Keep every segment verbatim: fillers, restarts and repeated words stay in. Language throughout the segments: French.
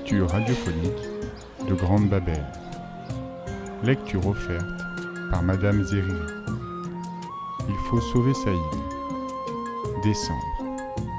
Lecture radiophonique de Grande Babel. Lecture offerte par Madame Zeriri. Il faut sauver Saïd. Décembre.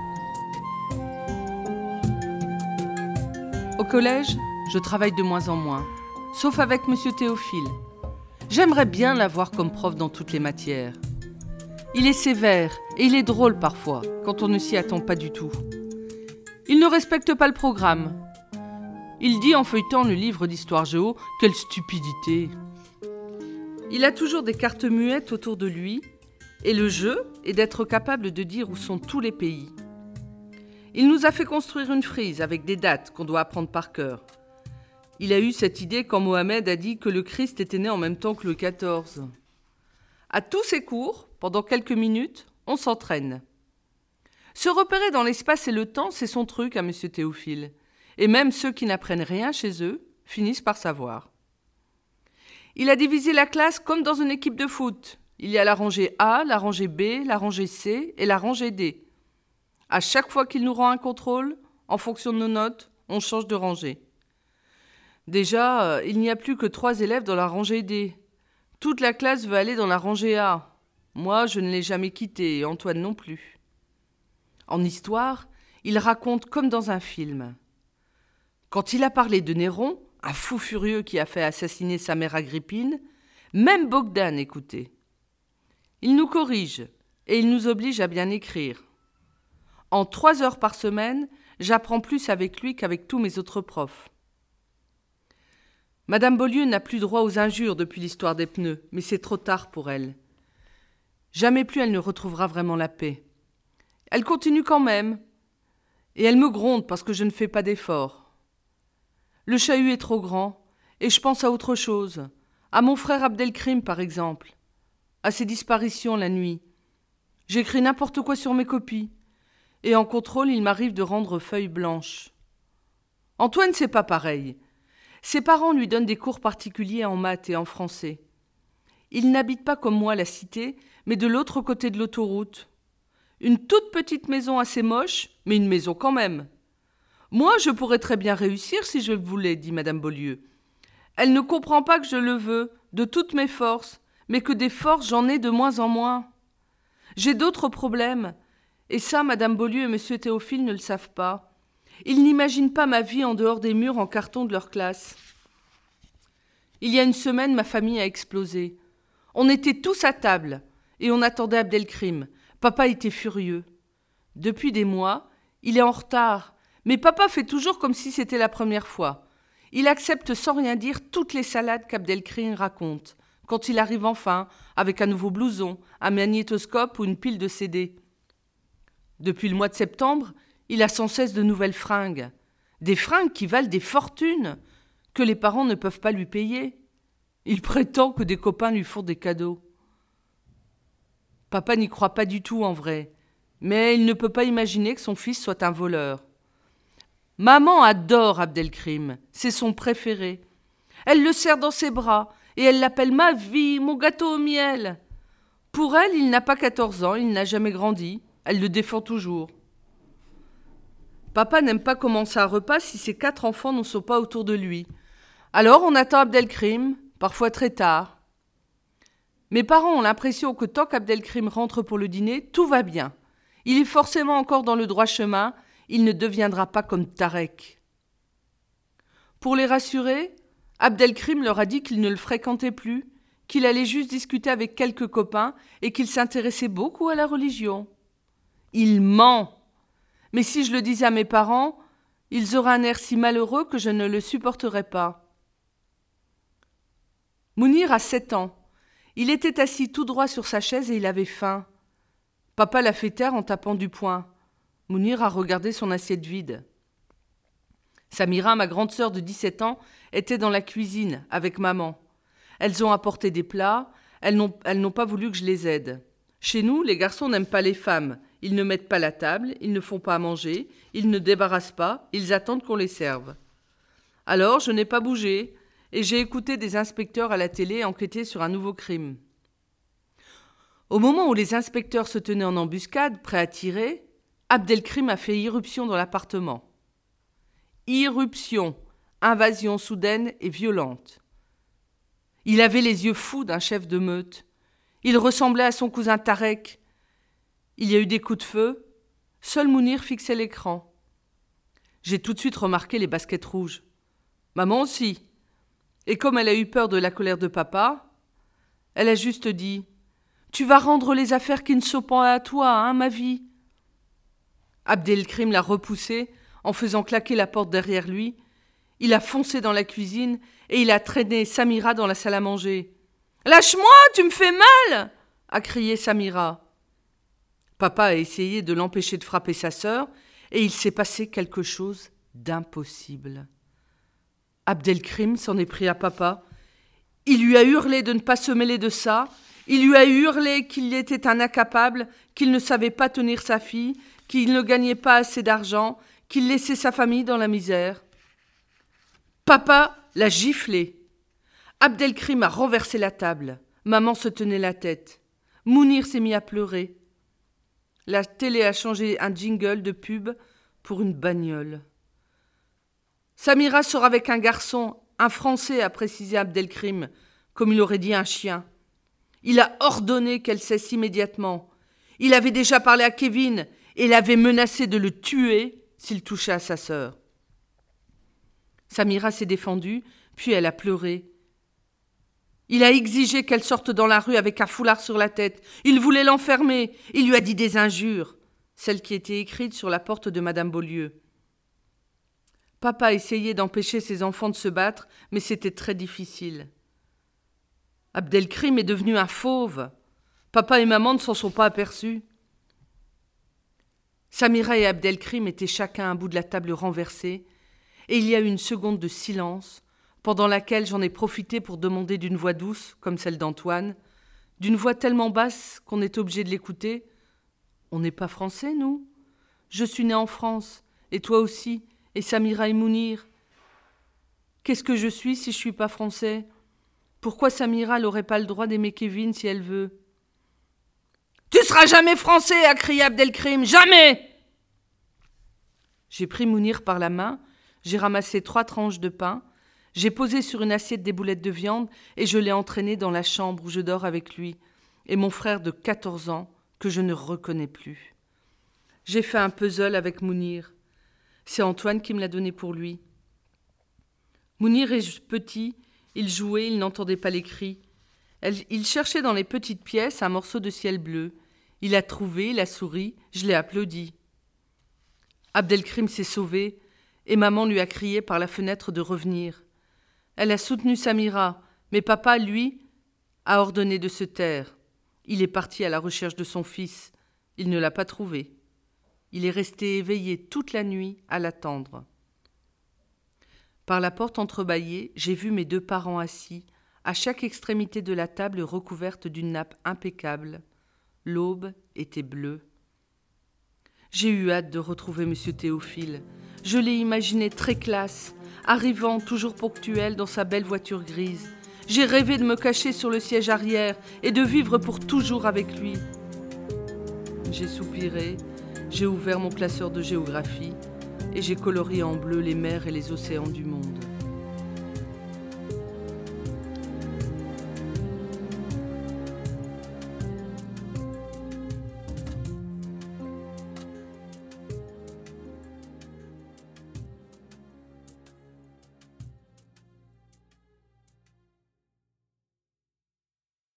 Au collège, je travaille de moins en moins, sauf avec Monsieur Théophile. J'aimerais bien l'avoir comme prof dans toutes les matières. Il est sévère et il est drôle parfois, quand on ne s'y attend pas du tout. Il ne respecte pas le programme. Il dit en feuilletant le livre d'histoire géo, « Quelle stupidité !» Il a toujours des cartes muettes autour de lui, et le jeu est d'être capable de dire où sont tous les pays. Il nous a fait construire une frise avec des dates qu'on doit apprendre par cœur. Il a eu cette idée quand Mohamed a dit que le Christ était né en même temps que le quatorze. À tous ces cours, pendant quelques minutes, on s'entraîne. Se repérer dans l'espace et le temps, c'est son truc à Monsieur Théophile. Et même ceux qui n'apprennent rien chez eux finissent par savoir. Il a divisé la classe comme dans une équipe de foot. Il y a la rangée A, la rangée B, la rangée C et la rangée D. À chaque fois qu'il nous rend un contrôle, en fonction de nos notes, on change de rangée. Déjà, il n'y a plus que trois élèves dans la rangée D. Toute la classe veut aller dans la rangée A. Moi, je ne l'ai jamais quittée, et Antoine non plus. En histoire, il raconte comme dans un film. Quand il a parlé de Néron, un fou furieux qui a fait assassiner sa mère Agrippine, même Bogdan écoutait. Il nous corrige et il nous oblige à bien écrire. En trois heures par semaine, j'apprends plus avec lui qu'avec tous mes autres profs. Madame Beaulieu n'a plus droit aux injures depuis l'histoire des pneus, mais c'est trop tard pour elle. Jamais plus elle ne retrouvera vraiment la paix. Elle continue quand même, et elle me gronde parce que je ne fais pas d'efforts. Le chahut est trop grand, et je pense à autre chose, à mon frère Abdelkrim par exemple, à ses disparitions la nuit. J'écris n'importe quoi sur mes copies, et en contrôle il m'arrive de rendre feuille blanche. Antoine c'est pas pareil. Ses parents lui donnent des cours particuliers en maths et en français. Il n'habite pas comme moi la cité, mais de l'autre côté de l'autoroute. Une toute petite maison assez moche, mais une maison quand même. Moi, je pourrais très bien réussir si je le voulais, dit Madame Beaulieu. Elle ne comprend pas que je le veux, de toutes mes forces, mais que des forces j'en ai de moins en moins. J'ai d'autres problèmes, et ça, Madame Beaulieu et Monsieur Théophile ne le savent pas. Ils n'imaginent pas ma vie en dehors des murs en carton de leur classe. Il y a une semaine, ma famille a explosé. On était tous à table, et on attendait Abdelkrim. Papa était furieux. Depuis des mois, il est en retard, mais papa fait toujours comme si c'était la première fois. Il accepte sans rien dire toutes les salades qu'Abdelkrim raconte, quand il arrive enfin, avec un nouveau blouson, un magnétoscope ou une pile de C D. Depuis le mois de septembre, il a sans cesse de nouvelles fringues. Des fringues qui valent des fortunes, que les parents ne peuvent pas lui payer. Il prétend que des copains lui font des cadeaux. Papa n'y croit pas du tout en vrai, mais il ne peut pas imaginer que son fils soit un voleur. Maman adore Abdelkrim, c'est son préféré. Elle le serre dans ses bras et elle l'appelle ma vie, mon gâteau au miel. Pour elle, il n'a pas quatorze ans, il n'a jamais grandi, elle le défend toujours. Papa n'aime pas commencer un repas si ses quatre enfants ne sont pas autour de lui. Alors on attend Abdelkrim, parfois très tard. Mes parents ont l'impression que tant qu'Abdelkrim rentre pour le dîner, tout va bien. Il est forcément encore dans le droit chemin, il ne deviendra pas comme Tarek. Pour les rassurer, Abdelkrim leur a dit qu'il ne le fréquentait plus, qu'il allait juste discuter avec quelques copains et qu'il s'intéressait beaucoup à la religion. Il ment. Mais si je le disais à mes parents, ils auraient un air si malheureux que je ne le supporterais pas. Mounir a sept ans. Il était assis tout droit sur sa chaise et il avait faim. Papa l'a fait taire en tapant du poing. Mounir a regardé son assiette vide. Samira, ma grande sœur de dix-sept ans, était dans la cuisine avec maman. Elles ont apporté des plats, elles n'ont, elles n'ont pas voulu que je les aide. Chez nous, les garçons n'aiment pas les femmes. Ils ne mettent pas la table, ils ne font pas à manger, ils ne débarrassent pas, ils attendent qu'on les serve. Alors, je n'ai pas bougé, et j'ai écouté des inspecteurs à la télé enquêter sur un nouveau crime. Au moment où les inspecteurs se tenaient en embuscade, prêts à tirer, Abdelkrim a fait irruption dans l'appartement. Irruption, invasion soudaine et violente. Il avait les yeux fous d'un chef de meute. Il ressemblait à son cousin Tarek. Il y a eu des coups de feu. Seul Mounir fixait l'écran. J'ai tout de suite remarqué les baskets rouges. Maman aussi. Et comme elle a eu peur de la colère de papa, elle a juste dit « Tu vas rendre les affaires qui ne sont pas à toi, hein, ma vie ?» Abdelkrim l'a repoussé en faisant claquer la porte derrière lui. Il a foncé dans la cuisine et il a traîné Samira dans la salle à manger. « Lâche-moi, tu me fais mal !» a crié Samira. Papa a essayé de l'empêcher de frapper sa sœur et il s'est passé quelque chose d'impossible. Abdelkrim s'en est pris à papa. Il lui a hurlé de ne pas se mêler de ça. Il lui a hurlé qu'il était un incapable, qu'il ne savait pas tenir sa fille, qu'il ne gagnait pas assez d'argent, qu'il laissait sa famille dans la misère. Papa l'a giflé. Abdelkrim a renversé la table. Maman se tenait la tête. Mounir s'est mis à pleurer. La télé a changé un jingle de pub pour une bagnole. Samira sort avec un garçon, un Français, a précisé Abdelkrim, comme il aurait dit un chien. Il a ordonné qu'elle cesse immédiatement. Il avait déjà parlé à Kevin et l'avait menacé de le tuer s'il touchait à sa sœur. Samira s'est défendue, puis elle a pleuré. Il a exigé qu'elle sorte dans la rue avec un foulard sur la tête. Il voulait l'enfermer. Il lui a dit des injures, celles qui étaient écrites sur la porte de Madame Beaulieu. Papa essayait d'empêcher ses enfants de se battre, mais c'était très difficile. Abdelkrim est devenu un fauve. Papa et maman ne s'en sont pas aperçus. Samira et Abdelkrim étaient chacun à un bout de la table renversée, et il y a eu une seconde de silence, pendant laquelle j'en ai profité pour demander d'une voix douce, comme celle d'Antoine, d'une voix tellement basse qu'on est obligé de l'écouter. « On n'est pas français, nous ? Je suis né en France, et toi aussi, et Samira et Mounir. Qu'est-ce que je suis si je suis pas français ? Pourquoi Samira n'aurait pas le droit d'aimer Kevin si elle veut ? »« Tu seras jamais français !» a crié Abdelkrim. « Jamais !» J'ai pris Mounir par la main, j'ai ramassé trois tranches de pain, j'ai posé sur une assiette des boulettes de viande et je l'ai entraîné dans la chambre où je dors avec lui et mon frère de quatorze ans que je ne reconnais plus. J'ai fait un puzzle avec Mounir. C'est Antoine qui me l'a donné pour lui. Mounir est petit, il jouait, il n'entendait pas les cris. Elle, il cherchait dans les petites pièces un morceau de ciel bleu. Il a trouvé, il a souri, je l'ai applaudi. Abdelkrim s'est sauvé et maman lui a crié par la fenêtre de revenir. Elle a soutenu Samira, mais papa, lui, a ordonné de se taire. Il est parti à la recherche de son fils. Il ne l'a pas trouvé. Il est resté éveillé toute la nuit à l'attendre. Par la porte entrebâillée, j'ai vu mes deux parents assis, à chaque extrémité de la table recouverte d'une nappe impeccable. L'aube était bleue. J'ai eu hâte de retrouver Monsieur Théophile. Je l'ai imaginé très classe, arrivant toujours ponctuel dans sa belle voiture grise. J'ai rêvé de me cacher sur le siège arrière et de vivre pour toujours avec lui. J'ai soupiré, j'ai ouvert mon classeur de géographie et j'ai colorié en bleu les mers et les océans du monde.